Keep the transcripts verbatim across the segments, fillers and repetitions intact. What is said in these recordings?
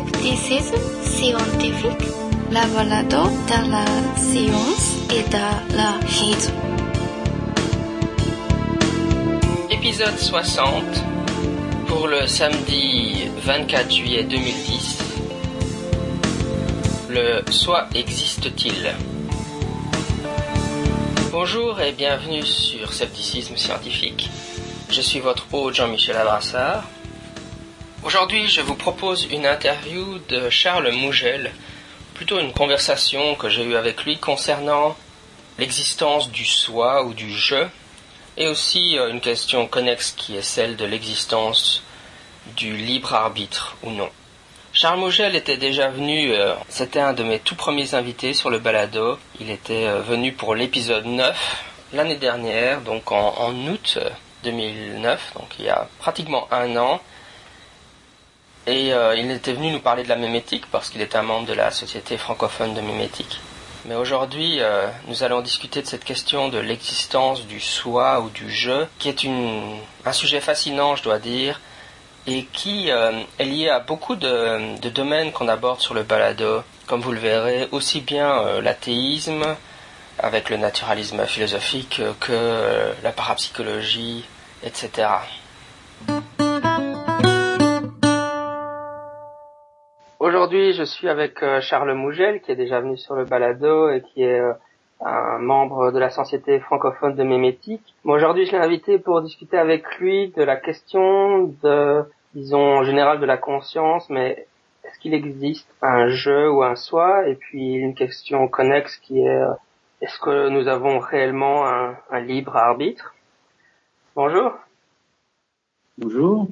Scepticisme scientifique, la balado de la science et de la raison. Épisode soixante pour le samedi vingt-quatre juillet deux mille dix. Le soi existe-t-il? Bonjour et bienvenue sur Scepticisme scientifique. Je suis votre hôte Jean-Michel Abrassard. Aujourd'hui, je vous propose une interview de Charles Mougel, plutôt une conversation que j'ai eue avec lui concernant l'existence du soi ou du je, et aussi une question connexe qui est celle de l'existence du libre arbitre ou non. Charles Mougel était déjà venu, euh, c'était un de mes tout premiers invités sur le balado. Il était euh, venu pour l'épisode neuf l'année dernière, donc en, en août deux mille neuf, donc il y a pratiquement un an. Et euh, il était venu nous parler de la mémétique parce qu'il est un membre de la Société francophone de mémétique. Mais aujourd'hui, euh, nous allons discuter de cette question de l'existence du soi ou du je, qui est une, un sujet fascinant, je dois dire, et qui euh, est lié à beaucoup de, de domaines qu'on aborde sur le balado. Comme vous le verrez, aussi bien euh, l'athéisme, avec le naturalisme philosophique, euh, que euh, la parapsychologie, et cetera. Aujourd'hui, je suis avec euh, Charles Mougel, qui est déjà venu sur le balado et qui est euh, un membre de la Société francophone de mémétique. Moi, aujourd'hui, je l'ai invité pour discuter avec lui de la question de, disons, en général de la conscience, mais est-ce qu'il existe un je ou un soi? Et puis, une question connexe qui est, euh, est-ce que nous avons réellement un, un libre arbitre? Bonjour. Bonjour.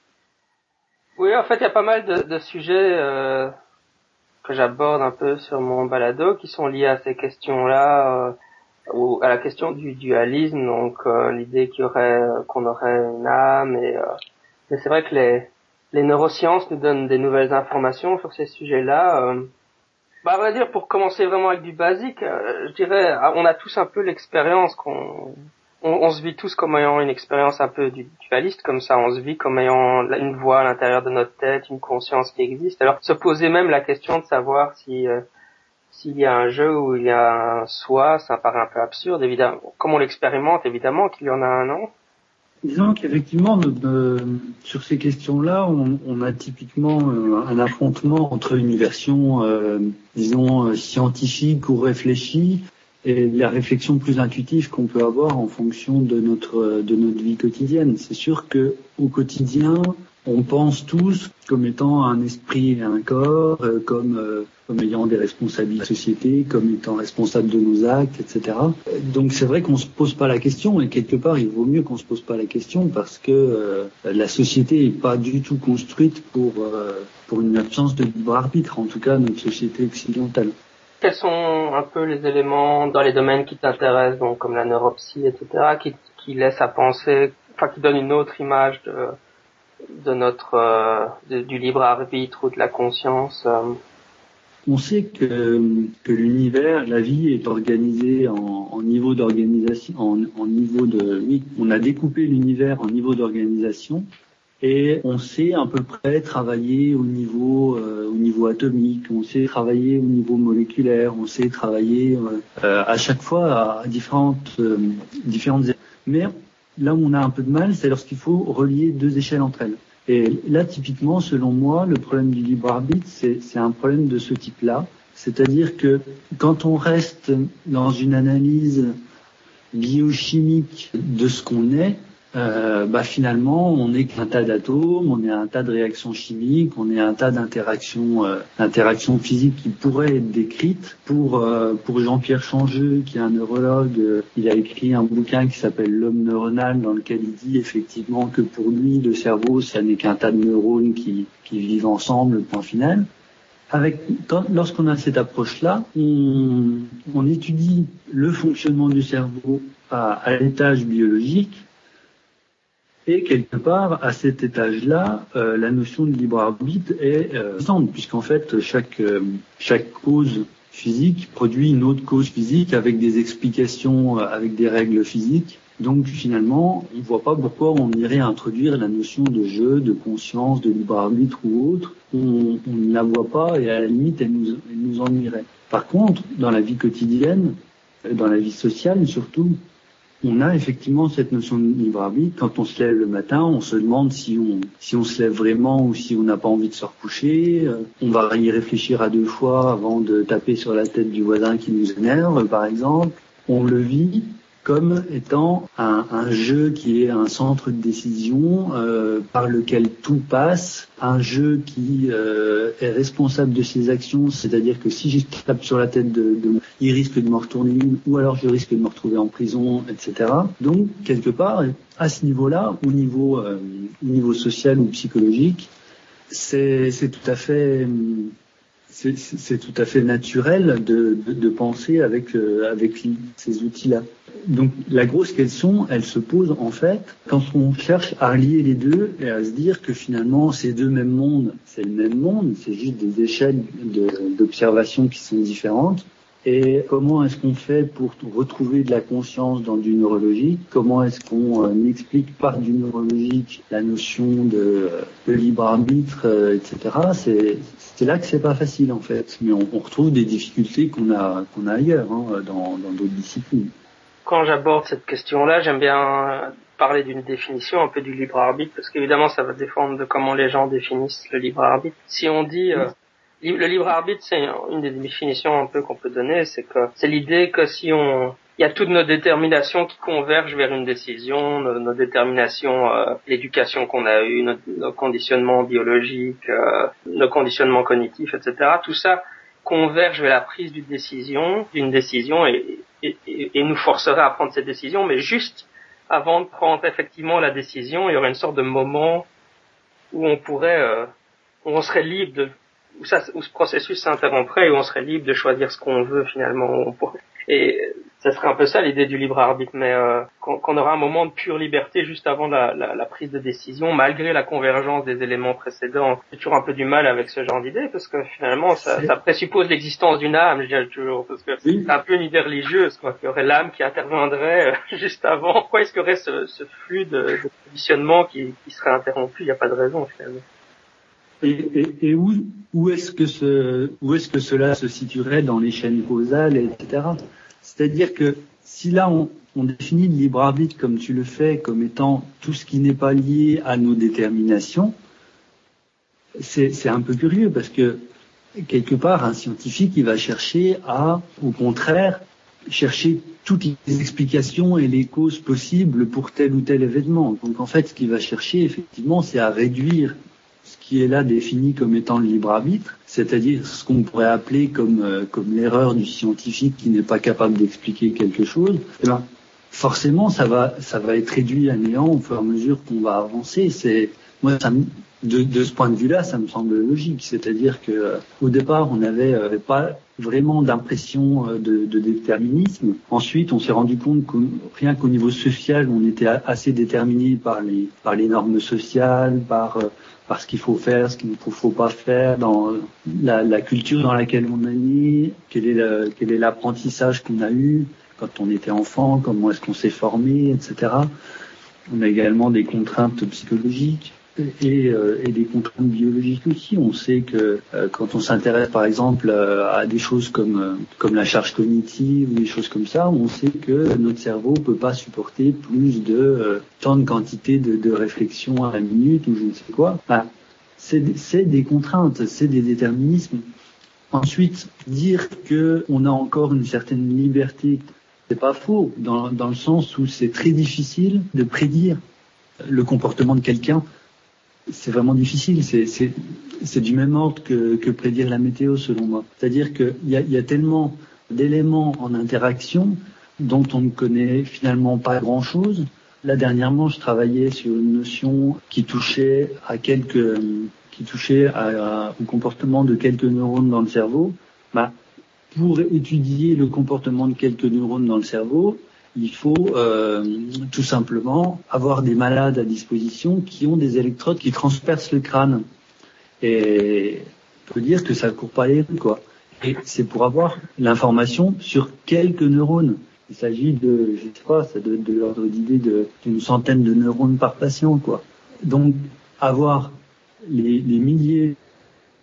Oui, en fait, il y a pas mal de, de sujets euh, que j'aborde un peu sur mon balado qui sont liés à ces questions-là, euh, ou à la question du dualisme, donc euh, l'idée qu'il y aurait, qu'on aurait une âme. Et, euh, mais c'est vrai que les, les neurosciences nous donnent des nouvelles informations sur ces sujets-là. Euh, bah, à vrai dire, pour commencer vraiment avec du basique, euh, je dirais, on a tous un peu l'expérience qu'on On, on se vit tous comme ayant une expérience un peu du, dualiste, comme ça, on se vit comme ayant une voix à l'intérieur de notre tête, une conscience qui existe. Alors, se poser même la question de savoir si euh, s'il y a un je ou il y a un soi, ça paraît un peu absurde, évidemment. Comme on l'expérimente, évidemment qu'il y en a un, non? Disons qu'effectivement, euh, sur ces questions-là, on, on a typiquement euh, un affrontement entre une version, euh, disons, euh, scientifique ou réfléchie, et la réflexion plus intuitive qu'on peut avoir en fonction de notre de notre vie quotidienne. C'est sûr que au quotidien, on pense tous comme étant un esprit et un corps, euh, comme euh, comme ayant des responsabilités de la société, comme étant responsable de nos actes, et cetera. Donc c'est vrai qu'on se pose pas la question, et quelque part il vaut mieux qu'on se pose pas la question parce que euh, la société est pas du tout construite pour euh, pour une absence de libre arbitre, en tout cas notre société occidentale. Quels sont un peu les éléments dans les domaines qui t'intéressent, donc comme la neuropsy, et cetera, qui, qui laissent à penser, enfin qui donnent une autre image de, de notre euh, de, du libre arbitre ou de la conscience. Euh. On sait que que l'univers, la vie est organisée en, en niveau d'organisation, en, en niveau de, oui, on a découpé l'univers en niveau d'organisation. Et on sait à peu près travailler au niveau euh, au niveau atomique, on sait travailler au niveau moléculaire, on sait travailler euh, à chaque fois à différentes euh, différentes. Mais là où on a un peu de mal, c'est lorsqu'il faut relier deux échelles entre elles. Et là, typiquement, selon moi, le problème du libre arbitre, c'est c'est un problème de ce type-là, c'est-à-dire que quand on reste dans une analyse biochimique de ce qu'on est, Euh, bah finalement, on n'est qu'un tas d'atomes, on est un tas de réactions chimiques, on est un tas d'interactions, euh, interactions physiques qui pourraient être décrites. Pour euh, pour Jean-Pierre Changeux, qui est un neurologue, euh, il a écrit un bouquin qui s'appelle L'homme neuronal, dans lequel il dit effectivement que pour lui, le cerveau, ça n'est qu'un tas de neurones qui qui vivent ensemble, point final. Avec, quand, lorsqu'on a cette approche-là, on, on étudie le fonctionnement du cerveau à, à l'étage biologique. Et quelque part, à cet étage-là, euh, la notion de libre arbitre est euh, simple, puisqu'en fait, chaque euh, chaque cause physique produit une autre cause physique avec des explications, euh, avec des règles physiques. Donc finalement, on ne voit pas pourquoi on irait introduire la notion de jeu, de conscience, de libre arbitre ou autre on, on ne la voit pas et à la limite, elle nous, elle nous ennuierait. Par contre, dans la vie quotidienne, dans la vie sociale surtout, on a effectivement cette notion de libre arbitre. Quand on se lève le matin, on se demande si on, si on se lève vraiment ou si on n'a pas envie de se recoucher. On va y réfléchir à deux fois avant de taper sur la tête du voisin qui nous énerve, par exemple. On le vit comme étant un, un jeu qui est un centre de décision euh, par lequel tout passe, un jeu qui euh, est responsable de ses actions, c'est-à-dire que si je tape sur la tête de, de il risque de me retourner une, ou alors je risque de me retrouver en prison, et cetera. Donc quelque part, à ce niveau-là, au niveau euh, au niveau social ou psychologique, c'est c'est tout à fait c'est, c'est tout à fait naturel de, de, de penser avec euh, avec ces outils-là. Donc la grosse question, elle se pose en fait quand on cherche à relier les deux et à se dire que finalement ces deux mêmes mondes, c'est le même monde, c'est juste des échelles de, d'observation qui sont différentes. Et comment est-ce qu'on fait pour retrouver de la conscience dans du neurologique? Comment est-ce qu'on euh, explique par du neurologique la notion de, de libre arbitre, euh, et cetera. C'est, c'est là que c'est pas facile en fait. Mais on, on retrouve des difficultés qu'on a qu'on a ailleurs, hein, dans, dans d'autres disciplines. Quand j'aborde cette question-là, j'aime bien parler d'une définition un peu du libre arbitre, parce qu'évidemment ça va dépendre de comment les gens définissent le libre arbitre. Si on dit euh, le libre arbitre, c'est une des définitions un peu qu'on peut donner, c'est que c'est l'idée que si on, il y a toutes nos déterminations qui convergent vers une décision, nos, nos déterminations, euh, l'éducation qu'on a eue, nos, nos conditionnements biologiques, euh, nos conditionnements cognitifs, et cetera. Tout ça converge vers la prise d'une décision, d'une décision et, et, et, et nous forcerait à prendre cette décision, mais juste avant de prendre effectivement la décision, il y aurait une sorte de moment où on pourrait, euh, où on serait libre de, où ça, où ce processus s'interromprait et où on serait libre de choisir ce qu'on veut finalement. Et ça serait un peu ça l'idée du libre arbitre, mais euh, qu'on, qu'on aura un moment de pure liberté juste avant la, la, la prise de décision, malgré la convergence des éléments précédents. J'ai toujours un peu du mal avec ce genre d'idée, parce que finalement ça, ça présuppose l'existence d'une âme, je dirais toujours, parce que oui. C'est un peu une idée religieuse, quoi, qu'il y aurait l'âme qui interviendrait euh, juste avant. Pourquoi est-ce qu'il y aurait ce, ce flux de, de conditionnement qui, qui serait interrompu? Il n'y a pas de raison finalement. Et, et, et où, où est-ce que ce, où est-ce que cela se situerait dans les chaînes causales, et cetera. C'est-à-dire que si là on, on définit le libre arbitre comme tu le fais, comme étant tout ce qui n'est pas lié à nos déterminations, c'est, c'est un peu curieux parce que quelque part un scientifique il va chercher à, au contraire, chercher toutes les explications et les causes possibles pour tel ou tel événement. Donc en fait, ce qu'il va chercher effectivement, c'est à réduire ce qui est là défini comme étant le libre arbitre, c'est-à-dire ce qu'on pourrait appeler comme euh, comme l'erreur du scientifique qui n'est pas capable d'expliquer quelque chose. Eh ben, forcément, ça va ça va être réduit à néant au fur et à mesure qu'on va avancer. C'est moi, ça me, de, de ce point de vue-là, ça me semble logique. C'est-à-dire que euh, au départ, on n'avait euh, pas vraiment d'impression euh, de, de déterminisme. Ensuite, on s'est rendu compte que rien qu'au niveau social, on était a, assez déterminé par les par les normes sociales, par euh, par ce qu'il faut faire, ce qu'il ne faut pas faire, dans la, la culture dans laquelle on est né, quel est, le, quel est l'apprentissage qu'on a eu quand on était enfant, comment est-ce qu'on s'est formé, et cetera. On a également des contraintes psychologiques et, euh, et des contraintes biologiques aussi. On sait que euh, quand on s'intéresse par exemple euh, à des choses comme euh, comme la charge cognitive ou des choses comme ça, on sait que notre cerveau peut pas supporter plus de euh, tant de quantité de, de réflexion à la minute ou je ne sais quoi. Enfin, c'est, c'est des contraintes, c'est des déterminismes. Ensuite, dire que on a encore une certaine liberté, c'est pas faux dans dans le sens où c'est très difficile de prédire le comportement de quelqu'un. C'est vraiment difficile, c'est, c'est, c'est du même ordre que, que prédire la météo selon moi. C'est-à-dire qu'il y a, il y a tellement d'éléments en interaction dont on ne connaît finalement pas grand-chose. Là dernièrement, je travaillais sur une notion qui touchait à quelques, qui touchait à, à, au comportement de quelques neurones dans le cerveau. Bah, pour étudier le comportement de quelques neurones dans le cerveau, il faut euh, tout simplement avoir des malades à disposition qui ont des électrodes qui transpercent le crâne. Et on peut dire que ça ne court pas les rues, quoi. Et c'est pour avoir l'information sur quelques neurones. Il s'agit de, je sais pas, ça doit être de l'ordre d'idée de, d'une centaine de neurones par patient, quoi. Donc, avoir les, les milliers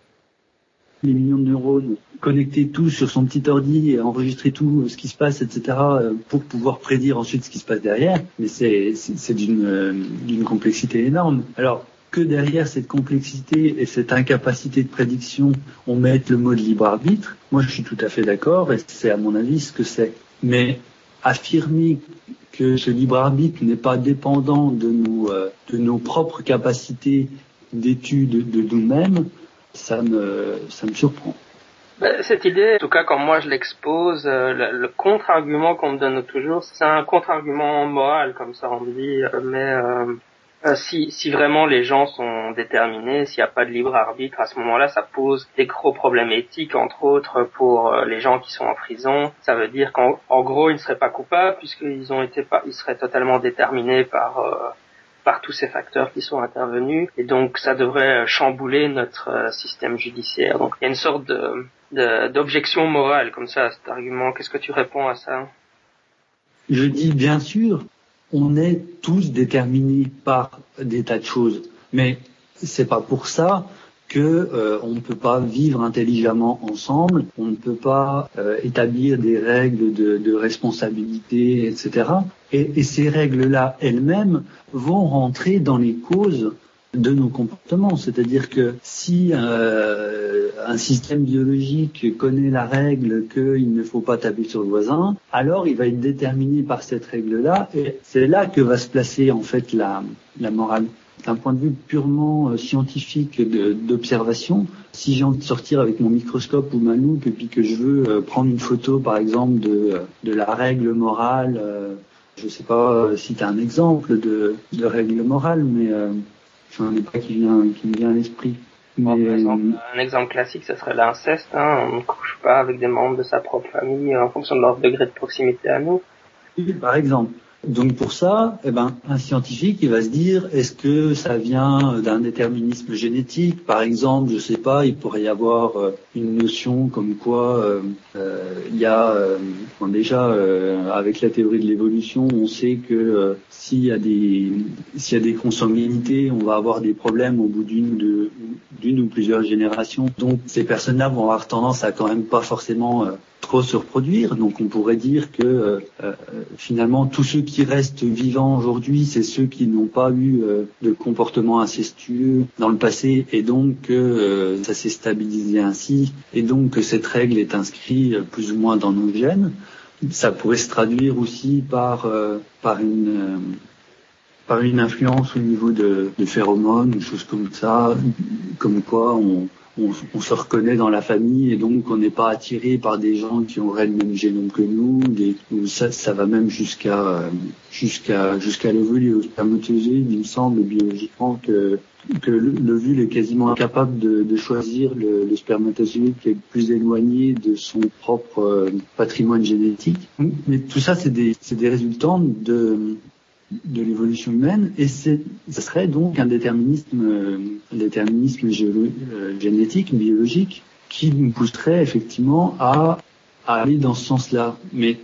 les millions de neurones connectés tous sur son petit ordi et enregistrer tout ce qui se passe, et cetera, pour pouvoir prédire ensuite ce qui se passe derrière. Mais c'est, c'est, c'est d'une, d'une complexité énorme. Alors, que derrière cette complexité et cette incapacité de prédiction, on mette le mot de libre arbitre, moi je suis tout à fait d'accord et c'est à mon avis ce que c'est. Mais affirmer que ce libre arbitre n'est pas dépendant de nos, euh, de nos propres capacités d'étude de nous-mêmes, ça me, ça me surprend. Cette idée, en tout cas quand moi je l'expose, euh, le, le contre-argument qu'on me donne toujours, c'est un contre-argument moral, comme ça on me dit, euh, mais euh, euh, si, si vraiment les gens sont déterminés, s'il n'y a pas de libre arbitre, à ce moment-là ça pose des gros problèmes éthiques, entre autres pour euh, les gens qui sont en prison. Ça veut dire qu'en en gros ils ne seraient pas coupables puisqu'ils ont été pas, ils seraient totalement déterminés par euh, par tous ces facteurs qui sont intervenus, et donc ça devrait chambouler notre euh, système judiciaire. Donc il y a une sorte de, de d'objection morale comme ça à cet argument. Qu'est-ce que tu réponds à ça? Je dis bien sûr, on est tous déterminés par des tas de choses, mais c'est pas pour ça que euh, on ne peut pas vivre intelligemment ensemble, on ne peut pas euh, établir des règles de, de responsabilité, et cetera. Et, et ces règles-là elles-mêmes vont rentrer dans les causes de nos comportements. C'est-à-dire que si euh, un système biologique connaît la règle qu'il ne faut pas taper sur le voisin, alors il va être déterminé par cette règle-là, et c'est là que va se placer en fait la, la morale. D'un point de vue purement scientifique de, d'observation, si j'ai envie de sortir avec mon microscope ou ma loupe et puis que je veux prendre une photo par exemple de, de la règle morale, euh, je sais pas si tu as un exemple de, de règle morale, mais euh, j'en ai pas qui vient, qui me vient à l'esprit. Bon, mais, par exemple, un exemple classique, ce serait l'inceste. Hein. On ne couche pas avec des membres de sa propre famille en fonction de leur degré de proximité à nous. Par exemple. Donc pour ça, eh ben, un scientifique, il va se dire, est-ce que ça vient d'un déterminisme génétique? Par exemple, je sais pas, il pourrait y avoir euh, une notion comme quoi euh, euh, il y a, euh, bon, déjà euh, avec la théorie de l'évolution, on sait que euh, s'il y a des s'il y a des consanguinités, on va avoir des problèmes au bout d'une ou de, d'une ou plusieurs générations. Donc ces personnes-là vont avoir tendance à quand même pas forcément euh, trop se reproduire. Donc on pourrait dire que euh, euh, finalement tous ceux qui restent vivants aujourd'hui, c'est ceux qui n'ont pas eu euh, de comportement incestueux dans le passé, et donc que euh, ça s'est stabilisé ainsi, et donc que cette règle est inscrite euh, plus ou moins dans nos gènes. Ça pourrait se traduire aussi par euh, par une euh, par une influence au niveau de, de phéromones, des choses comme ça, comme quoi on On, on se reconnaît dans la famille et donc on n'est pas attiré par des gens qui auraient le même génome que nous. Des, ça, ça va même jusqu'à jusqu'à jusqu'à l'ovule et au spermatozoïde. Il me semble biologiquement que que l'ovule est quasiment incapable de, de choisir le, le spermatozoïde qui est le plus éloigné de son propre patrimoine génétique. Mais tout ça, c'est des c'est des résultats de de l'évolution humaine, et c'est, ça serait donc un déterminisme, un déterminisme géolo, euh, génétique, biologique, qui nous pousserait effectivement à, à aller dans ce sens-là. Mais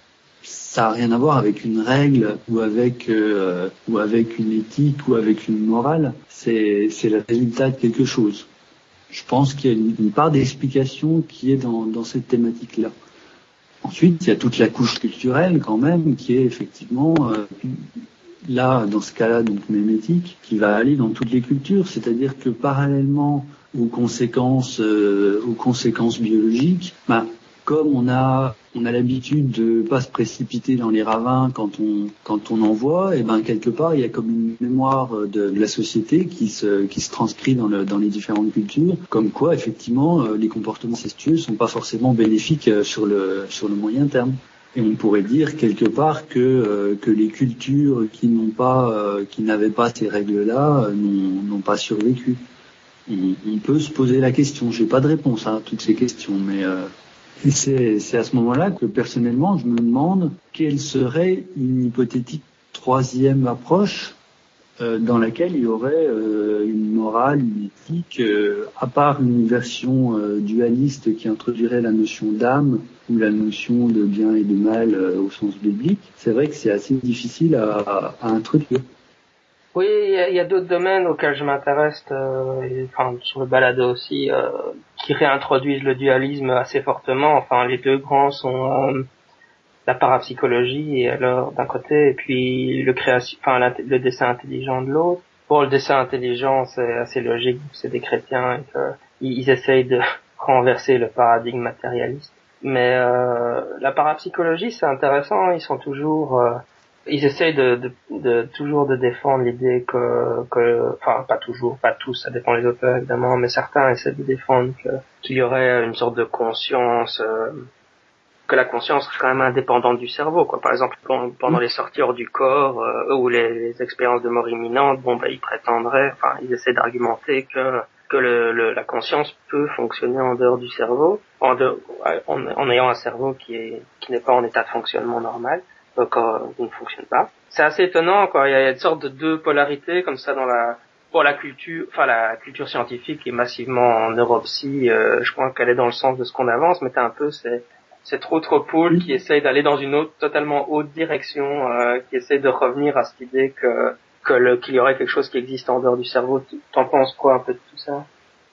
ça n'a rien à voir avec une règle ou avec euh, ou avec une éthique ou avec une morale. C'est, c'est le résultat de quelque chose. Je pense qu'il y a une, une part d'explication qui est dans, dans cette thématique-là. Ensuite, il y a toute la couche culturelle quand même, qui est effectivement euh, là, dans ce cas-là, donc mémétique, qui va aller dans toutes les cultures. C'est-à-dire que parallèlement aux conséquences, euh, aux conséquences biologiques, ben, comme on a on a l'habitude de pas se précipiter dans les ravins quand on quand on en voit, et ben quelque part il y a comme une mémoire de, de la société qui se qui se transcrit dans le dans les différentes cultures, comme quoi effectivement les comportements incestueux sont pas forcément bénéfiques sur le sur le moyen terme. Et on pourrait dire quelque part que euh, que les cultures qui n'ont pas euh, qui n'avaient pas ces règles-là euh, n'ont n'ont pas survécu. On, on peut se poser la question. J'ai pas de réponse à toutes ces questions, mais euh, Et c'est, c'est à ce moment-là que personnellement je me demande quelle serait une hypothétique troisième approche euh, dans laquelle il y aurait euh, une morale, une éthique, euh, à part une version euh, dualiste qui introduirait la notion d'âme ou la notion de bien et de mal euh, au sens biblique. C'est vrai que c'est assez difficile à, à, à introduire. Oui, il y a, il y a d'autres domaines auxquels je m'intéresse, euh, et, enfin, sur le balado aussi, euh, qui réintroduisent le dualisme assez fortement. Enfin, les deux grands sont euh, la parapsychologie et alors d'un côté, et puis le création, enfin le dessin intelligent de l'autre. Bon, le dessin intelligent, c'est assez logique, c'est des chrétiens et que, ils, ils essayent de renverser le paradigme matérialiste. Mais euh, la parapsychologie, c'est intéressant. Ils sont toujours euh, Ils essayent de, de, de toujours de défendre l'idée que, que, enfin pas toujours, pas tous, ça dépend des auteurs évidemment, mais certains essaient de défendre que, qu'il y aurait une sorte de conscience, euh, que la conscience serait quand même indépendante du cerveau, quoi. Par exemple, pendant les sorties hors du corps euh, ou les, les expériences de mort imminente, bon ben ils prétendraient, enfin ils essaient d'argumenter que que le, le, la conscience peut fonctionner en dehors du cerveau, en, dehors, en, en ayant un cerveau qui est qui n'est pas en état de fonctionnement normal. Donc, euh, qui ne fonctionne pas. C'est assez étonnant, quoi. Il y a une sorte de deux polarités comme ça dans la, pour la culture, enfin la culture scientifique est massivement en neuropsy. Euh, je crois qu'elle est dans le sens de ce qu'on avance, mais t'as un peu ces, cette autre pôle qui essaye d'aller dans une autre, totalement autre direction, euh, qui essaye de revenir à cette idée que, que le, qu'il y aurait quelque chose qui existe en dehors du cerveau. T'en penses quoi un peu de tout ça?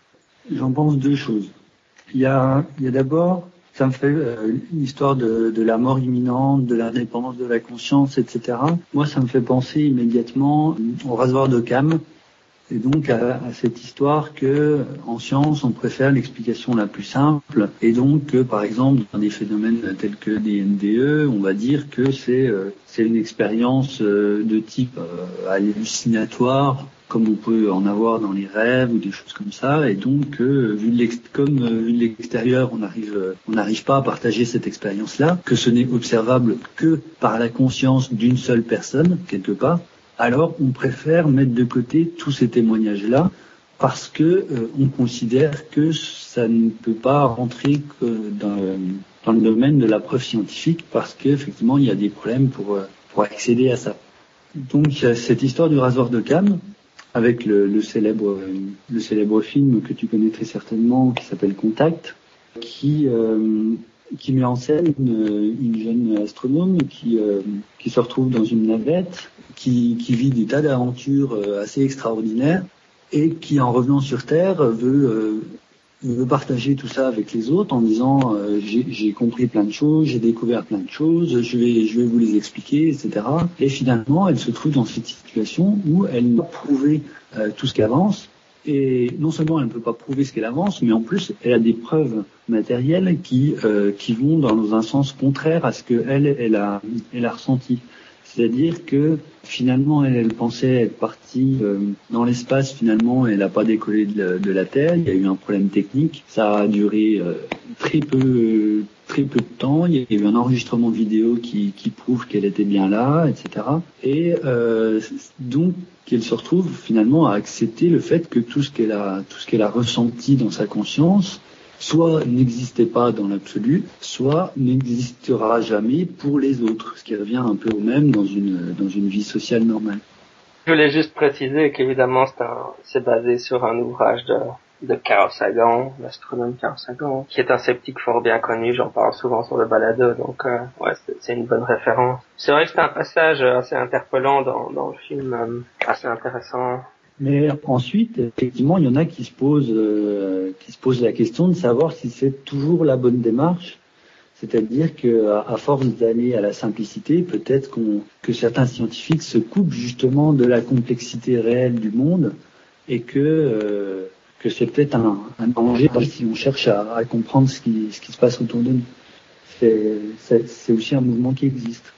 J'en pense deux choses. Il y a, il y a d'abord, ça me fait euh, l'histoire de, de la mort imminente, de l'indépendance de la conscience, et cetera. Moi, ça me fait penser immédiatement au rasoir d'Occam, et donc à, à cette histoire que, en science, on préfère l'explication la plus simple, et donc que, par exemple, dans des phénomènes tels que des N D E, on va dire que c'est euh, c'est une expérience euh, de type euh, hallucinatoire, comme on peut en avoir dans les rêves ou des choses comme ça, et donc euh, vu de l'ex- comme euh, vu de l'extérieur, on arrive euh, on n'arrive pas à partager cette expérience-là, que ce n'est observable que par la conscience d'une seule personne quelque part. Alors on préfère mettre de côté tous ces témoignages-là parce que euh, on considère que ça ne peut pas rentrer que dans, dans le domaine de la preuve scientifique parce qu'effectivement il y a des problèmes pour euh, pour accéder à ça. Donc il y a cette histoire du rasoir d'Occam avec le, le célèbre euh, le célèbre film que tu connais très certainement qui s'appelle Contact, qui euh, qui met en scène une, une jeune astronome qui euh, qui se retrouve dans une navette, qui qui vit des tas d'aventures euh, assez extraordinaires et qui en revenant sur Terre veut euh, veut partager tout ça avec les autres en disant euh, j'ai, j'ai compris plein de choses, j'ai découvert plein de choses, je vais je vais vous les expliquer, et cetera. Et finalement, elle se trouve dans cette situation où elle doit prouver euh, tout ce qu'elle avance. Et non seulement elle ne peut pas prouver ce qu'elle avance, mais en plus elle a des preuves matérielles qui euh, qui vont dans un sens contraire à ce qu'elle elle a elle a ressenti. C'est-à-dire que finalement, elle, elle pensait être partie euh, dans l'espace. Finalement, elle n'a pas décollé de, de la Terre. Il y a eu un problème technique. Ça a duré euh, très peu, euh, très peu de temps. Il y a eu un enregistrement vidéo qui, qui prouve qu'elle était bien là, et cetera. Et euh, donc, qu'elle se retrouve finalement à accepter le fait que tout ce qu'elle a, tout ce qu'elle a ressenti dans sa conscience, soit n'existait pas dans l'absolu, soit n'existera jamais pour les autres, ce qui revient un peu au même dans une dans une vie sociale normale. Je voulais juste préciser qu'évidemment c'est, un, c'est basé sur un ouvrage de, de Carl Sagan, l'astronome Carl Sagan, qui est un sceptique fort bien connu, j'en parle souvent sur le balado, donc euh, ouais, c'est, c'est une bonne référence. C'est vrai que c'est un passage assez interpellant dans, dans le film, euh, assez intéressant. Mais ensuite, effectivement, il y en a qui se posent, euh, qui se posent la question de savoir si c'est toujours la bonne démarche. C'est-à-dire que, à force d'aller à la simplicité, peut-être qu'on, que certains scientifiques se coupent justement de la complexité réelle du monde et que, euh, que c'est peut-être un, un danger si on cherche à, à comprendre ce qui, ce qui se passe autour de nous. C'est, c'est, c'est aussi un mouvement qui existe.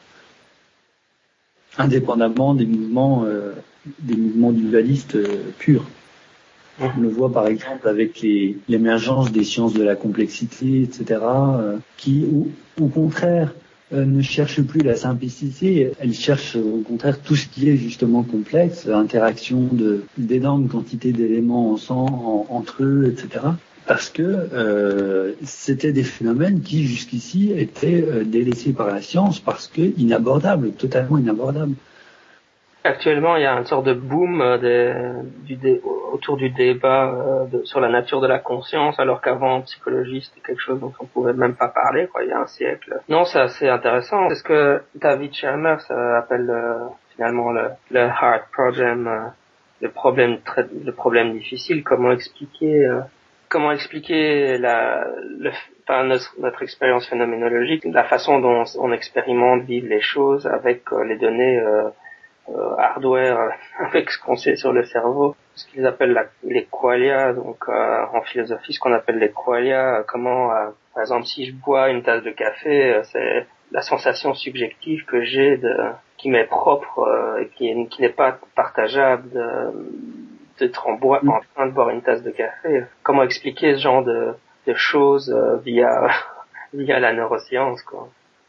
Indépendamment des mouvements, euh, des mouvements dualistes euh, purs. On le voit par exemple avec les, l'émergence des sciences de la complexité, et cetera, euh, qui, au, au contraire, euh, ne cherchent plus la simplicité, elles cherchent au contraire tout ce qui est justement complexe, interaction de, d'énormes quantités d'éléments ensemble, en, entre eux, et cetera. Parce que euh, c'était des phénomènes qui jusqu'ici étaient euh, délaissés par la science parce que inabordables, totalement inabordables. Actuellement, il y a une sorte de boom euh, de, du dé, autour du débat euh, de, sur la nature de la conscience, alors qu'avant, en psychologie, c'était quelque chose dont on pouvait même pas parler, quoi, il y a un siècle. Non, c'est assez intéressant. C'est ce que David Chalmers euh, appelle euh, finalement le, le hard problem, euh, le problème très, le problème difficile. Comment expliquer, euh, comment expliquer la, le, enfin notre, notre expérience phénoménologique, la façon dont on, on expérimente, vive les choses avec euh, les données euh, euh, hardware, euh, avec ce qu'on sait sur le cerveau, ce qu'ils appellent la, les qualia, donc euh, en philosophie, ce qu'on appelle les qualia. Euh, comment, euh, par exemple, si je bois une tasse de café, euh, c'est la sensation subjective que j'ai de qui m'est propre euh, et qui, qui n'est pas partageable de, d'être en, bois, en train de boire une tasse de café. Comment expliquer ce genre de, de choses euh, via via la neuroscience, quoi.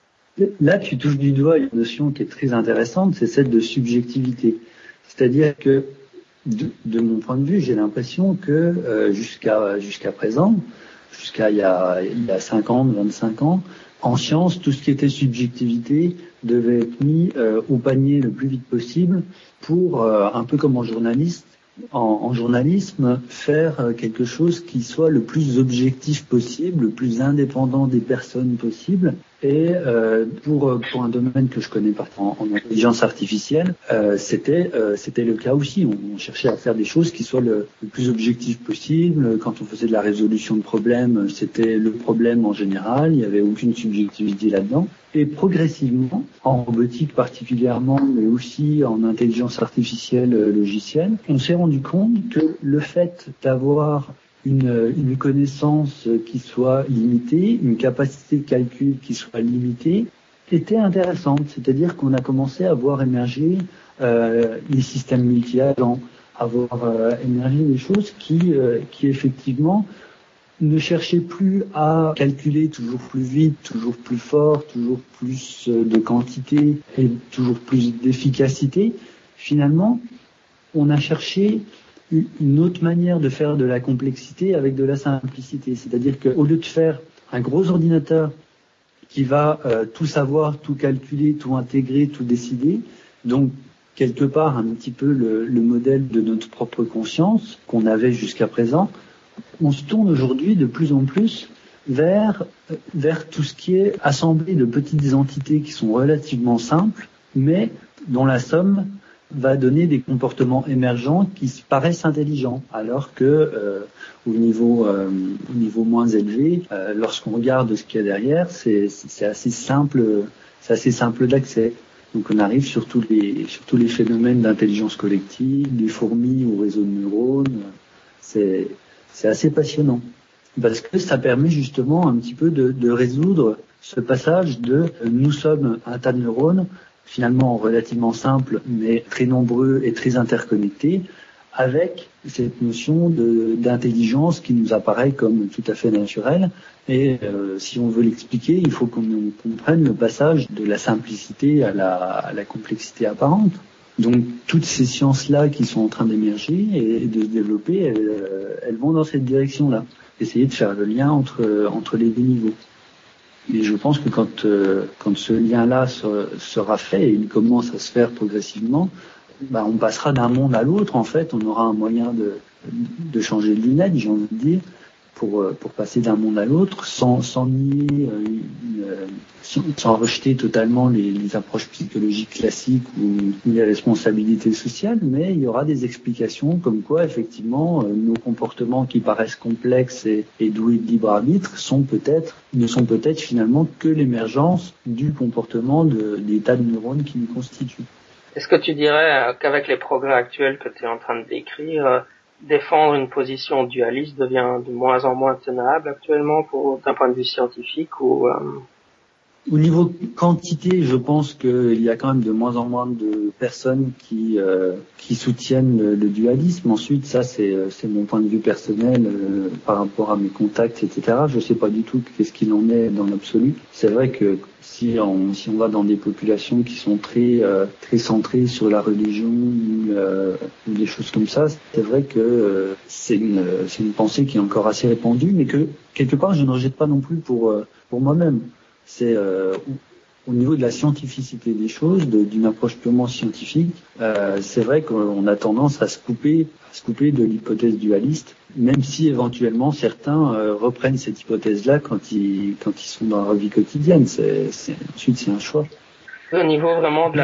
Là, tu touches du doigt une notion qui est très intéressante, c'est celle de subjectivité. C'est-à-dire que, de, de mon point de vue, j'ai l'impression que euh, jusqu'à jusqu'à présent, jusqu'à il y a il y a cinquante, vingt-cinq ans, en science, tout ce qui était subjectivité devait être mis euh, au panier le plus vite possible pour, euh, un peu comme en journaliste, en, en journalisme, faire euh, quelque chose qui soit le plus objectif possible, le plus indépendant des personnes possible. Et euh, pour pour un domaine que je connais pas en, en intelligence artificielle, euh, c'était euh, c'était le cas aussi. On, on cherchait à faire des choses qui soient le, le plus objectif possible. Quand on faisait de la résolution de problèmes, c'était le problème en général. Il n'y avait aucune subjectivité là-dedans. Et progressivement, en robotique particulièrement, mais aussi en intelligence artificielle logicielle, on s'est rendu compte que le fait d'avoir Une, une connaissance qui soit limitée, une capacité de calcul qui soit limitée, était intéressante. C'est-à-dire qu'on a commencé à voir émerger euh, les systèmes multi-agents, à voir euh, émerger des choses qui, euh, qui effectivement ne cherchaient plus à calculer toujours plus vite, toujours plus fort, toujours plus de quantité et toujours plus d'efficacité. Finalement, on a cherché une autre manière de faire de la complexité avec de la simplicité. C'est-à-dire qu'au lieu de faire un gros ordinateur qui va euh, tout savoir, tout calculer, tout intégrer, tout décider, donc quelque part un petit peu le, le modèle de notre propre conscience qu'on avait jusqu'à présent, on se tourne aujourd'hui de plus en plus vers, vers tout ce qui est assemblée de petites entités qui sont relativement simples, mais dont la somme va donner des comportements émergents qui paraissent intelligents, alors que euh, au niveau euh, au niveau moins élevé, euh, lorsqu'on regarde ce qu'il y a derrière, c'est c'est assez simple, c'est assez simple d'accès. Donc on arrive sur tous les sur tous les phénomènes d'intelligence collective, des fourmis au réseau de neurones. C'est c'est assez passionnant parce que ça permet justement un petit peu de, de résoudre ce passage de euh, nous sommes un tas de neurones, finalement relativement simple, mais très nombreux et très interconnectés, avec cette notion de, d'intelligence qui nous apparaît comme tout à fait naturelle. Et euh, si on veut l'expliquer, il faut qu'on comprenne le passage de la simplicité à la, à la complexité apparente. Donc toutes ces sciences-là qui sont en train d'émerger et de se développer, elles, elles vont dans cette direction-là. Essayer de faire le lien entre, entre les deux niveaux. Mais je pense que quand euh, quand ce lien-là se, sera fait, et il commence à se faire progressivement, bah, on passera d'un monde à l'autre. En fait, on aura un moyen de de changer de lunette, j'ai envie de dire, pour pour passer d'un monde à l'autre, sans sans nier, euh, une, euh, sans, sans rejeter totalement les, les approches psychologiques classiques ou les responsabilités sociales. Mais il y aura des explications comme quoi, effectivement, euh, nos comportements qui paraissent complexes et, et doués de libre arbitre sont peut-être ne sont peut-être finalement que l'émergence du comportement de, des tas de neurones qui nous constituent. Est-ce que tu dirais qu'avec les progrès actuels que tu es en train de décrire, défendre une position dualiste devient de moins en moins tenable actuellement pour, d'un point de vue scientifique ou euh... Au niveau quantité, je pense qu'il y a quand même de moins en moins de personnes qui euh, qui soutiennent le, le dualisme. Ensuite, ça c'est c'est mon point de vue personnel euh, par rapport à mes contacts, et cetera. Je sais pas du tout qu'est-ce qu'il en est dans l'absolu. C'est vrai que si on si on va dans des populations qui sont très euh, très centrées sur la religion ou, euh, ou des choses comme ça, c'est vrai que euh, c'est une c'est une pensée qui est encore assez répandue, mais que quelque part je ne rejette pas non plus pour euh, pour moi-même. C'est euh, au niveau de la scientificité des choses, de, d'une approche purement scientifique, euh, c'est vrai qu'on a tendance à se couper, à se couper de l'hypothèse dualiste, même si éventuellement certains euh, reprennent cette hypothèse-là quand ils quand ils sont dans leur vie quotidienne. C'est, c'est ensuite c'est un choix. Au niveau vraiment de la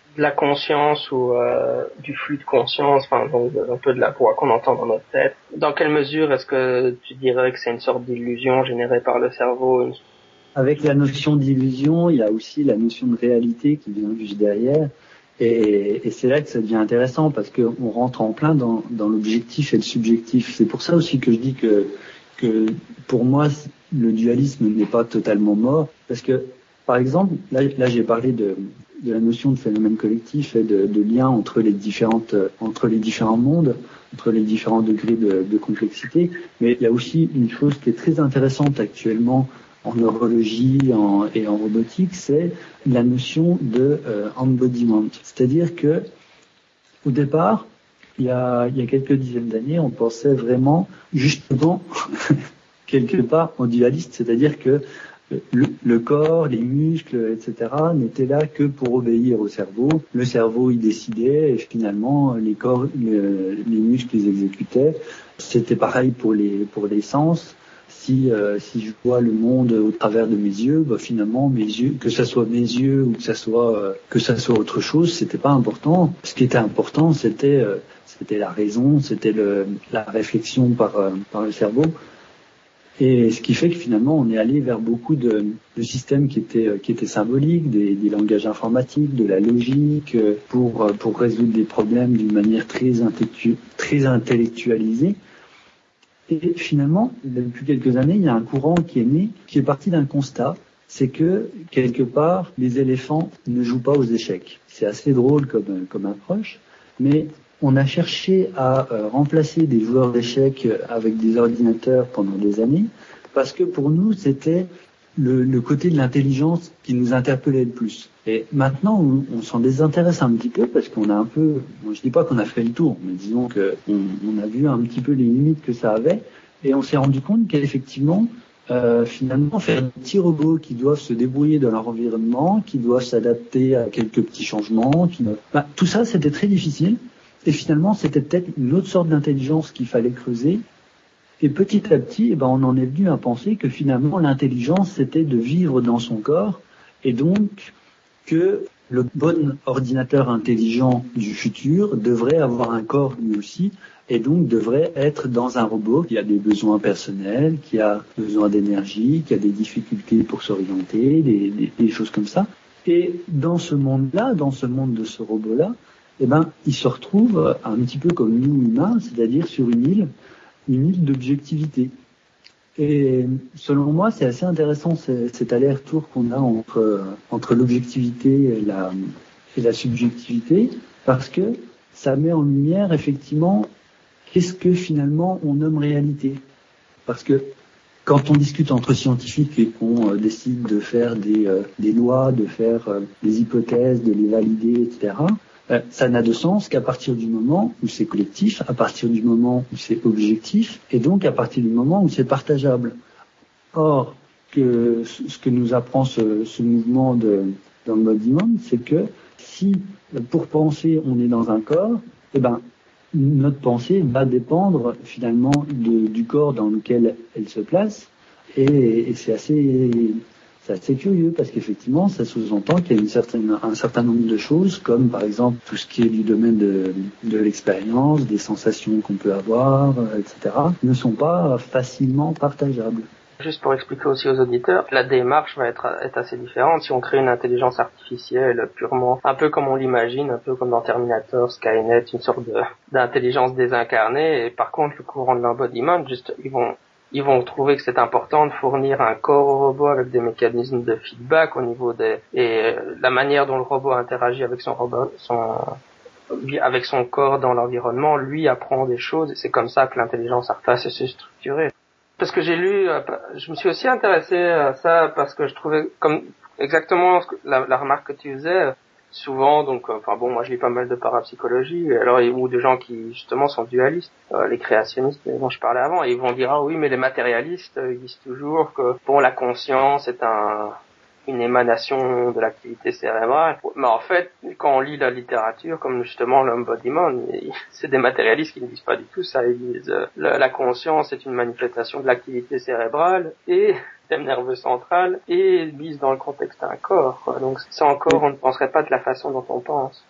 de la conscience ou euh, du flux de conscience, enfin donc un peu de la voix qu'on entend dans notre tête. Dans quelle mesure est-ce que tu dirais que c'est une sorte d'illusion générée par le cerveau? Une... Avec la notion d'illusion, il y a aussi la notion de réalité qui vient juste derrière. Et, et c'est là que ça devient intéressant parce qu'on rentre en plein dans, dans l'objectif et le subjectif. C'est pour ça aussi que je dis que, que pour moi, le dualisme n'est pas totalement mort. Parce que, par exemple, là, là j'ai parlé de, de la notion de phénomène collectif et de, de lien entre les différentes, entre les différents mondes, entre les différents degrés de, de complexité. Mais il y a aussi une chose qui est très intéressante actuellement en neurologie en, et en robotique, c'est la notion de euh, embodiment. C'est-à-dire que, au départ, il y a, il y a quelques dizaines d'années, on pensait vraiment, justement, quelque part en dualiste, c'est-à-dire que le, le corps, les muscles, et cetera, n'étaient là que pour obéir au cerveau. Le cerveau, il décidait, et finalement, les corps, le, les muscles, ils exécutaient. C'était pareil pour les, pour les sens. Si, euh, si je vois le monde au travers de mes yeux, bah finalement mes yeux, que ça soit mes yeux ou que ça soit euh, que ça soit autre chose, c'était pas important. Ce qui était important, c'était euh, c'était la raison, c'était le, la réflexion par euh, par le cerveau. Et ce qui fait que finalement, on est allé vers beaucoup de, de systèmes qui étaient euh, qui étaient symboliques, des, des langages informatiques, de la logique, euh, pour euh, pour résoudre des problèmes d'une manière très intellectu- très intellectualisée. Et finalement, depuis quelques années, il y a un courant qui est né, qui est parti d'un constat, c'est que, quelque part, les éléphants ne jouent pas aux échecs. C'est assez drôle comme, comme approche, mais on a cherché à euh, remplacer des joueurs d'échecs avec des ordinateurs pendant des années, parce que pour nous, c'était le, le côté de l'intelligence qui nous interpellait le plus. Et maintenant, on, on s'en désintéresse un petit peu parce qu'on a un peu, bon, je dis pas qu'on a fait le tour, mais disons que on, on a vu un petit peu les limites que ça avait, et on s'est rendu compte qu'effectivement, euh, finalement, faire des petits robots qui doivent se débrouiller dans leur environnement, qui doivent s'adapter à quelques petits changements, qui, bah, tout ça, c'était très difficile. Et finalement, c'était peut-être une autre sorte d'intelligence qu'il fallait creuser. Et petit à petit, eh ben, on en est venu à penser que finalement, l'intelligence, c'était de vivre dans son corps, et donc que le bon ordinateur intelligent du futur devrait avoir un corps lui aussi, et donc devrait être dans un robot qui a des besoins personnels, qui a besoin d'énergie, qui a des difficultés pour s'orienter, des, des, des choses comme ça. Et dans ce monde-là, dans ce monde de ce robot-là, eh ben, il se retrouve un petit peu comme nous humains, c'est-à-dire sur une île, une île d'objectivité. Et selon moi, c'est assez intéressant cet aller-retour qu'on a entre, entre l'objectivité et la, et la subjectivité, parce que ça met en lumière effectivement qu'est-ce que finalement on nomme réalité. Parce que quand on discute entre scientifiques et qu'on euh, décide de faire des, euh, des lois, de faire euh, des hypothèses, de les valider, et cetera, euh, ça n'a de sens qu'à partir du moment où c'est collectif, à partir du moment où c'est objectif, et donc à partir du moment où c'est partageable. Or, que ce que nous apprend ce, ce mouvement de d'embodiment, c'est que si pour penser on est dans un corps, eh ben notre pensée va dépendre finalement de, du corps dans lequel elle se place, et, et c'est assez c'est assez curieux parce qu'effectivement ça sous-entend qu'il y a une certaine, un certain nombre de choses comme par exemple tout ce qui est du domaine de, de l'expérience, des sensations qu'on peut avoir, et cetera, ne sont pas facilement partageables. Juste pour expliquer aussi aux auditeurs, la démarche va être, être assez différente si on crée une intelligence artificielle purement, un peu comme on l'imagine, un peu comme dans Terminator, Skynet, une sorte de, d'intelligence désincarnée. Et par contre, le courant de l'embodiment, juste, ils vont, ils vont trouver que c'est important de fournir un corps au robot avec des mécanismes de feedback au niveau des, et la manière dont le robot interagit avec son robot, son, avec son corps dans l'environnement, lui apprend des choses et c'est comme ça que l'intelligence artificielle s'est structurée. Parce que j'ai lu, je me suis aussi intéressé à ça parce que je trouvais comme exactement la, la remarque que tu faisais souvent. Donc, enfin bon, moi je lis pas mal de parapsychologie, alors ou de gens qui justement sont dualistes, euh, les créationnistes dont je parlais avant, et ils vont dire ah oui mais les matérialistes ils disent toujours que bon la conscience est un une émanation de l'activité cérébrale. Mais en fait, quand on lit la littérature, comme justement l'embodiment, c'est des matérialistes qui ne disent pas du tout ça. Ils disent euh, la, la conscience est une manifestation de l'activité cérébrale et système nerveux central et mise dans le contexte d'un corps, quoi. Donc ça encore, on ne penserait pas de la façon dont on pense.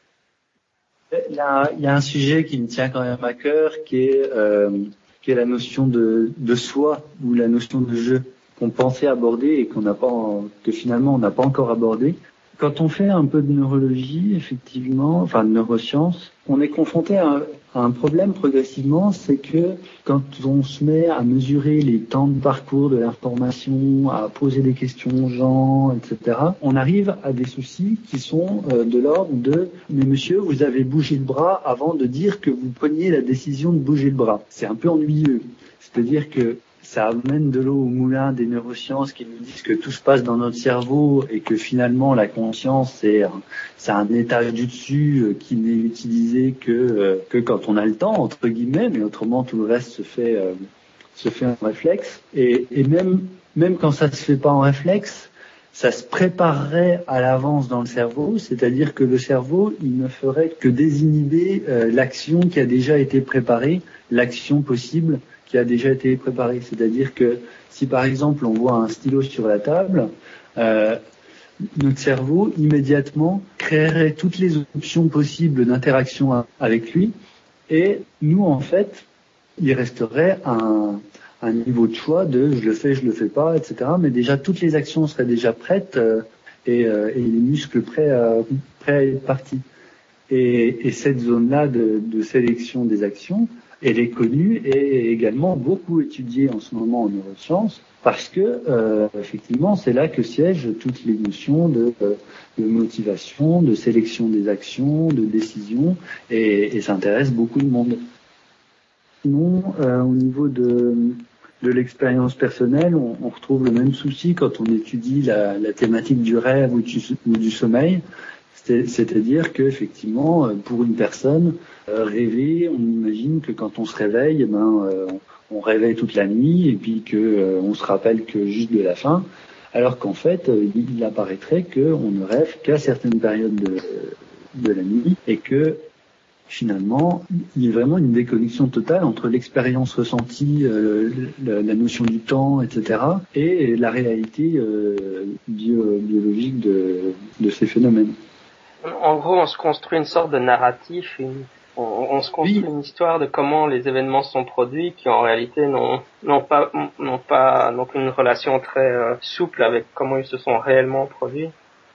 Il y a, il y a un sujet qui me tient quand même à cœur, qui est, euh, qui est la notion de, de soi ou la notion de jeu qu'on pensait aborder et qu'on n'a pas, que finalement on n'a pas encore abordé. Quand on fait un peu de neurologie, effectivement, enfin de neurosciences, on est confronté à un, à un problème progressivement, c'est que quand on se met à mesurer les temps de parcours de l'information, à poser des questions aux gens, et cetera, on arrive à des soucis qui sont euh, de l'ordre de « mais monsieur, vous avez bougé le bras avant de dire que vous preniez la décision de bouger le bras ». C'est un peu ennuyeux. C'est-à-dire que ça amène de l'eau au moulin des neurosciences qui nous disent que tout se passe dans notre cerveau et que finalement la conscience c'est un, c'est un étage du dessus qui n'est utilisé que euh, que quand on a le temps entre guillemets, mais autrement tout le reste se fait euh, se fait en réflexe et, et même même quand ça se fait pas en réflexe, ça se préparerait à l'avance dans le cerveau, c'est-à-dire que le cerveau il ne ferait que désinhiber euh, l'action qui a déjà été préparée, l'action possible qui a déjà été préparé. C'est-à-dire que si par exemple on voit un stylo sur la table, euh, notre cerveau immédiatement créerait toutes les options possibles d'interaction avec lui et nous en fait il resterait un, un niveau de choix de je le fais, je le fais pas, et cetera. Mais déjà toutes les actions seraient déjà prêtes euh, et, euh, et les muscles prêts à, prêts à être partis. Et, et cette zone-là de, de sélection des actions, elle est connue et également beaucoup étudiée en ce moment en neurosciences parce que euh, effectivement c'est là que siègent toutes les notions de, de motivation, de sélection des actions, de décision et, et ça intéresse beaucoup de monde. Sinon, euh, au niveau de, de l'expérience personnelle, on, on retrouve le même souci quand on étudie la, la thématique du rêve ou du, ou du sommeil. C'est-à-dire que effectivement, pour une personne, euh, rêver, on imagine que quand on se réveille, eh ben, euh, on réveille toute la nuit et puis que euh, on se rappelle que juste de la fin, alors qu'en fait, euh, il apparaîtrait qu'on ne rêve qu'à certaines périodes de, de la nuit et que finalement, il y a vraiment une déconnexion totale entre l'expérience ressentie, euh, la, la notion du temps, et cetera, et la réalité euh, bio, biologique de, de ces phénomènes. En gros, on se construit une sorte de narratif, une, on, on se construit oui. une histoire de comment les événements sont produits, qui en réalité n'ont, n'ont pas, n'ont pas, n'ont qu'une relation très euh, souple avec comment ils se sont réellement produits.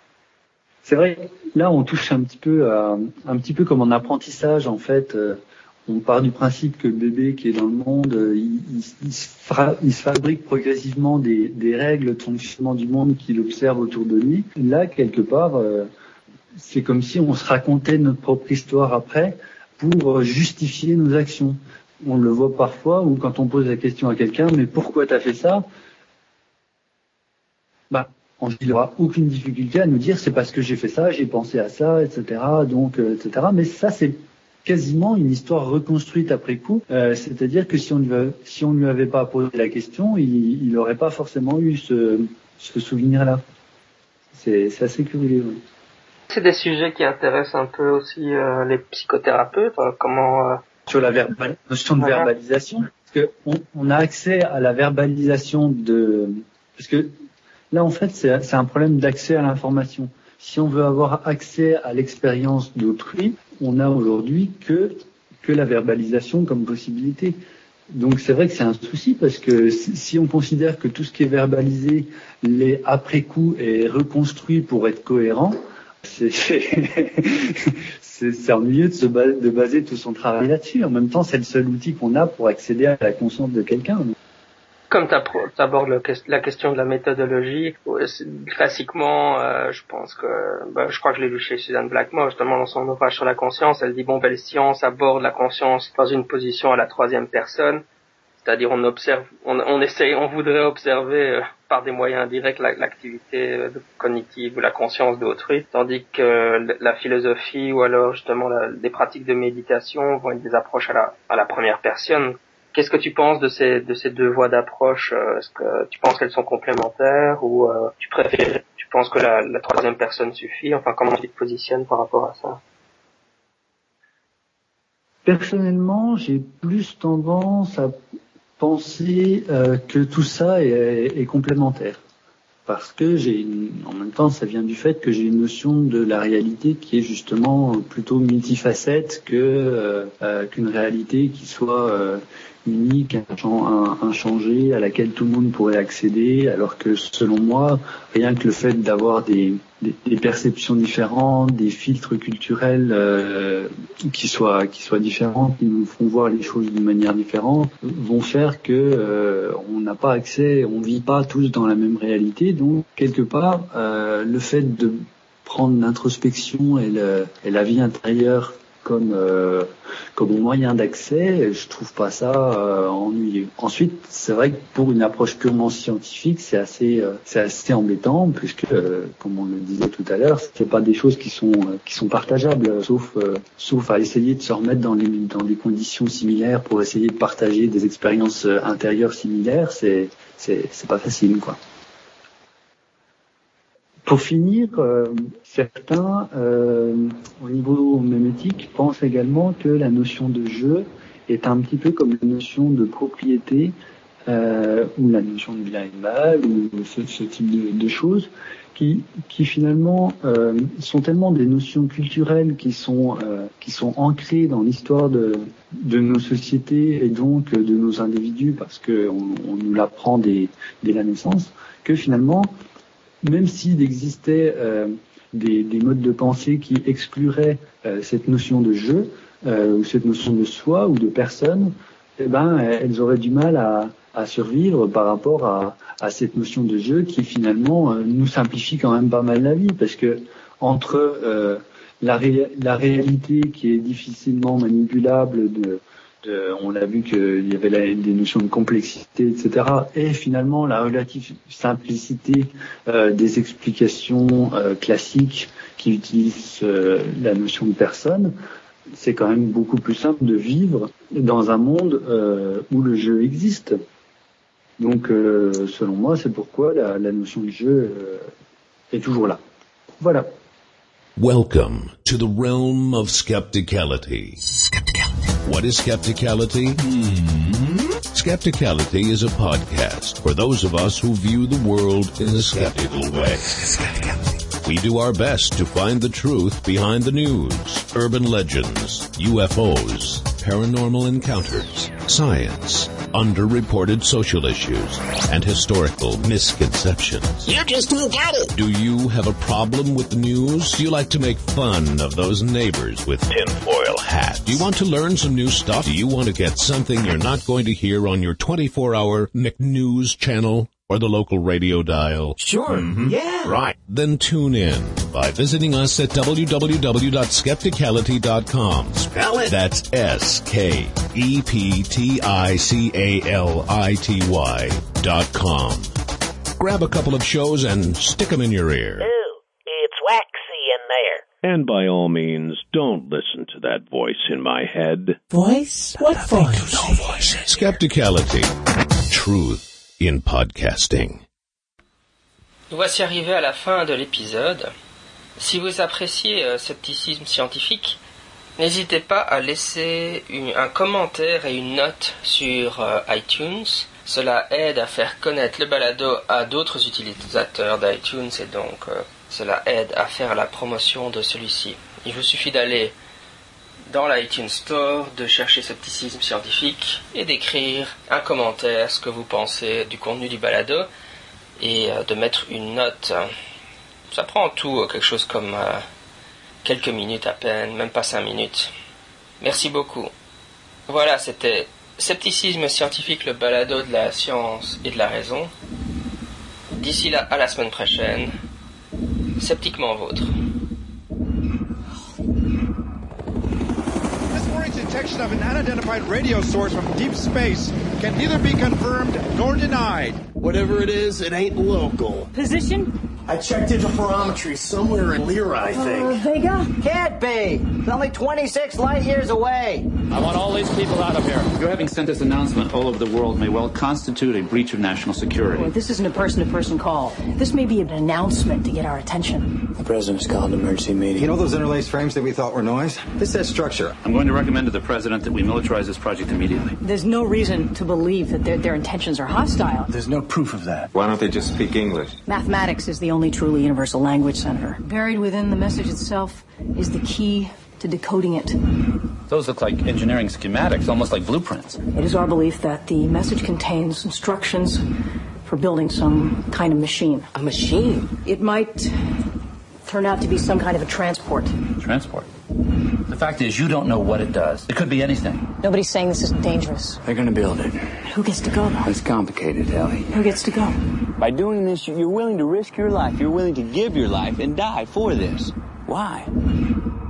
C'est vrai. Là, on touche un petit peu à, un petit peu comme en apprentissage, en fait. Euh, on part du principe que le bébé qui est dans le monde, euh, il, il, il, se fra, il se fabrique progressivement des, des règles de fonctionnement du monde qu'il observe autour de lui. Là, quelque part. Euh, C'est comme si on se racontait notre propre histoire après pour justifier nos actions. On le voit parfois où quand on pose la question à quelqu'un, mais pourquoi t'as fait ça? Bah, il n'aura aucune difficulté à nous dire c'est parce que j'ai fait ça, j'ai pensé à ça, et cetera. Donc, euh, et cetera. Mais ça, c'est quasiment une histoire reconstruite après coup. Euh, c'est-à-dire que si on lui avait, si on lui avait pas posé la question, il n'aurait pas forcément eu ce, ce souvenir-là. C'est, c'est assez curieux. Oui. C'est des sujets qui intéressent un peu aussi euh, les psychothérapeutes, euh, comment... Euh... Sur la verbal... notion de verbalisation, parce que on, on a accès à la verbalisation de... Parce que là, en fait, c'est, c'est un problème d'accès à l'information. Si on veut avoir accès à l'expérience d'autrui, on n'a aujourd'hui que, que la verbalisation comme possibilité. Donc c'est vrai que c'est un souci parce que si on considère que tout ce qui est verbalisé, l'est après coup est reconstruit pour être cohérent, C'est, c'est, c'est ennuyeux de se baser, de baser tout son travail là-dessus. En même temps, c'est le seul outil qu'on a pour accéder à la conscience de quelqu'un. Comme tu abordes la question de la méthodologie, classiquement, euh, je pense que, bah, je crois que je l'ai lu chez Suzanne Blackmore, justement dans son ouvrage sur la conscience, elle dit bon, ben les sciences abordent la conscience dans une position à la troisième personne. C'est-à-dire on observe, on, on essaye, on voudrait observer euh, par des moyens indirects la, l'activité euh, cognitive ou la conscience d'autrui, tandis que euh, la philosophie ou alors justement la, des pratiques de méditation vont être des approches à la, à la première personne. Qu'est-ce que tu penses de ces, de ces deux voies d'approche? Est-ce que tu penses qu'elles sont complémentaires ou euh, tu préfères, penses que la, la troisième personne suffit? Enfin, comment tu te positionnes par rapport à ça? Personnellement, j'ai plus tendance à penser euh, que tout ça est, est complémentaire. Parce que j'ai une, en même temps, ça vient du fait que j'ai une notion de la réalité qui est justement plutôt multifacette que euh, euh, qu'une réalité qui soit euh, unique, inchangée, à laquelle tout le monde pourrait accéder, alors que selon moi, rien que le fait d'avoir des, des, des perceptions différentes, des filtres culturels euh, qui soient qui soient différents, qui nous font voir les choses d'une manière différente, vont faire que euh, on n'a pas accès, on vit pas tous dans la même réalité. Donc quelque part, euh, le fait de prendre l'introspection et, le, et la vie intérieure comme euh, comme moyen d'accès, je trouve pas ça euh, ennuyeux. Ensuite, c'est vrai que pour une approche purement scientifique, c'est assez euh, c'est assez embêtant puisque euh, comme on le disait tout à l'heure, c'est pas des choses qui sont euh, qui sont partageables, sauf euh, sauf à essayer de se remettre dans les dans des conditions similaires pour essayer de partager des expériences intérieures similaires, c'est c'est c'est pas facile, quoi. Pour finir, euh, certains, euh, au niveau mémétique, pensent également que la notion de jeu est un petit peu comme la notion de propriété euh, ou la notion de bien et de mal ou ce, ce type de, de choses qui, qui finalement euh, sont tellement des notions culturelles qui sont euh, qui sont ancrées dans l'histoire de de nos sociétés et donc de nos individus parce que on, on nous l'apprend dès, dès la naissance que finalement même s'il existait euh, des, des modes de pensée qui excluraient euh, cette notion de jeu euh, ou cette notion de soi ou de personne, eh ben elles auraient du mal à, à survivre par rapport à, à cette notion de jeu qui finalement euh, nous simplifie quand même pas mal la vie parce que entre euh, la, ré- la réalité qui est difficilement manipulable de De, on a vu qu'il y avait la, des notions de complexité, et cetera. Et finalement, la relative simplicité euh, des explications euh, classiques qui utilisent euh, la notion de personne, c'est quand même beaucoup plus simple de vivre dans un monde euh, où le jeu existe. Donc, euh, selon moi, c'est pourquoi la, la notion de jeu euh, est toujours là. Voilà. Welcome to the realm of skepticality. Skepticality. What is skepticality? Hmm. Skepticality is a podcast for those of us who view the world in a skeptical way. We do our best to find the truth behind the news, urban legends, U F Os, paranormal encounters, science, underreported social issues, and historical misconceptions. You just don't get it. Do you have a problem with the news? Do you like to make fun of those neighbors with tinfoil hats? Do you want to learn some new stuff? Do you want to get something you're not going to hear on your twenty-four hour McNews channel or the local radio dial? Sure, mm-hmm. Yeah. Right. Then tune in by visiting us at w w w dot skepticality dot com. Spell it. That's S K E P T I C A L I T Y dot com. Grab a couple of shows and stick them in your ear. Ooh, it's waxy in there. And by all means, don't listen to that voice in my head. Voice? What voice? No voices. Skepticality. Truth in podcasting. Nous voici arrivés à la fin de l'épisode. Si vous appréciez euh, Scepticisme scientifique, n'hésitez pas à laisser une, un commentaire et une note sur euh, iTunes. Cela aide à faire connaître le balado à d'autres utilisateurs d'iTunes et donc euh, cela aide à faire la promotion de celui-ci. Il vous suffit d'aller dans l'iTunes Store, de chercher Scepticisme scientifique et d'écrire un commentaire, ce que vous pensez du contenu du balado et euh, de mettre une note. Ça prend en tout quelque chose comme euh, quelques minutes à peine, même pas cinq minutes. Merci beaucoup. Voilà, c'était Scepticisme scientifique, le balado de la science et de la raison. D'ici là, à la semaine prochaine, sceptiquement vôtre. Detection of an unidentified radio source from deep space can neither be confirmed nor denied. Whatever it is, it ain't local. Position, I checked interferometry somewhere in Lyra, I think. Uh, Vega? Can't be. It's only twenty-six light years away. I want all these people out of here. Your having sent this announcement all over the world may well constitute a breach of national security. Well, this isn't a person-to-person call. This may be an announcement to get our attention. The president's called an emergency meeting. You know those interlaced frames that we thought were noise? This has structure. I'm going to recommend to the president that we militarize this project immediately. There's no reason to believe that their, their intentions are hostile. There's no proof of that. Why don't they just speak English? Mathematics is the only truly universal language, Senator. Buried within the message itself is the key to decoding it. Those look like engineering schematics, almost like blueprints. It is our belief that the message contains instructions for building some kind of machine. A machine? It might turn out to be some kind of a transport. Transport? The fact is, you don't know what it does. It could be anything. Nobody's saying this isn't dangerous. They're gonna build it. Who gets to go, though? It's complicated, Ellie. Who gets to go? By doing this, you're willing to risk your life. You're willing to give your life and die for this. Why?